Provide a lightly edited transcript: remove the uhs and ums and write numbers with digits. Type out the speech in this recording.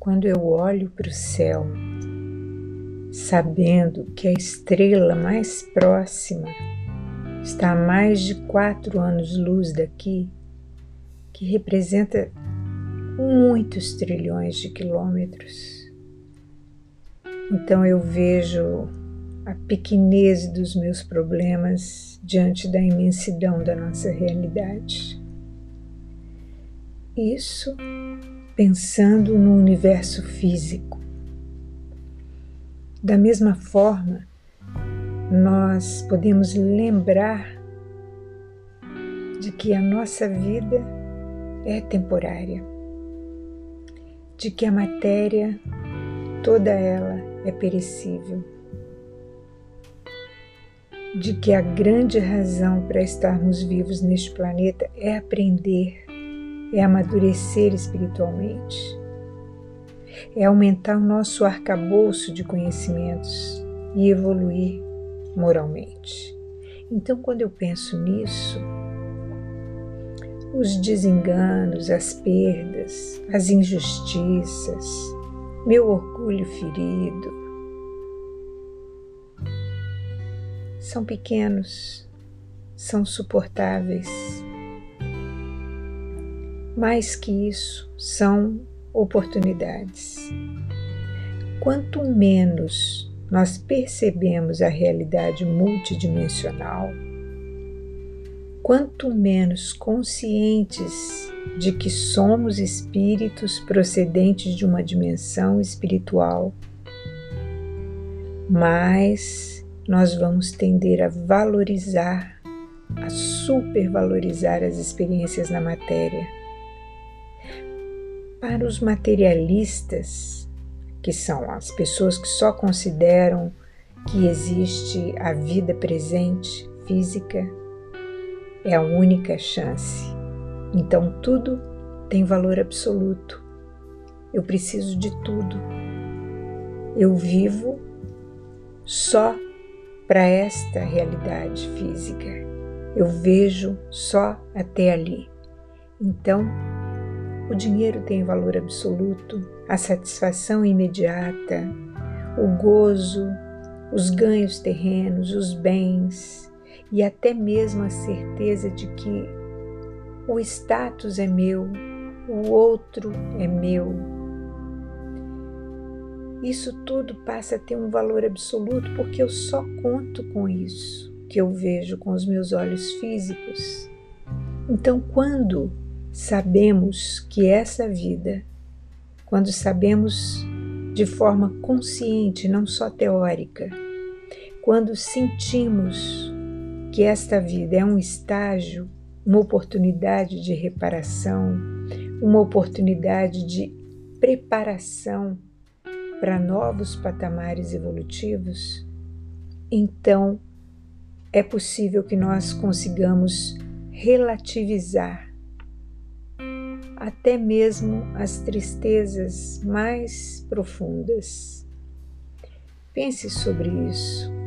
Quando eu olho para o céu, sabendo que a estrela mais próxima está a mais de 4 anos-luz daqui, que representa muitos trilhões de quilômetros, então eu vejo a pequenez dos meus problemas diante da imensidão da nossa realidade. Isso pensando no universo físico. Da mesma forma, nós podemos lembrar de que a nossa vida é temporária, de que a matéria, toda ela, é perecível, de que a grande razão para estarmos vivos neste planeta é aprender, é amadurecer espiritualmente, é aumentar o nosso arcabouço de conhecimentos e evoluir moralmente. Então, quando eu penso nisso, os desenganos, as perdas, as injustiças, meu orgulho ferido, são pequenos, são suportáveis. Mais que isso, são oportunidades. Quanto menos nós percebemos a realidade multidimensional, quanto menos conscientes de que somos espíritos procedentes de uma dimensão espiritual, mais nós vamos tender a valorizar, a supervalorizar as experiências na matéria. Para os materialistas, que são as pessoas que só consideram que existe a vida presente, física, é a única chance. Então tudo tem valor absoluto. Eu preciso de tudo. Eu vivo só para esta realidade física. Eu vejo só até ali. Então, o dinheiro tem valor absoluto, a satisfação imediata, o gozo, os ganhos terrenos, os bens e até mesmo a certeza de que o status é meu, o outro é meu. Isso tudo passa a ter um valor absoluto porque eu só conto com isso que eu vejo com os meus olhos físicos. Então, quando sabemos que essa vida, quando sabemos de forma consciente, não só teórica, quando sentimos que esta vida é um estágio, uma oportunidade de reparação, uma oportunidade de preparação para novos patamares evolutivos, então é possível que nós consigamos relativizar até mesmo as tristezas mais profundas. Pense sobre isso.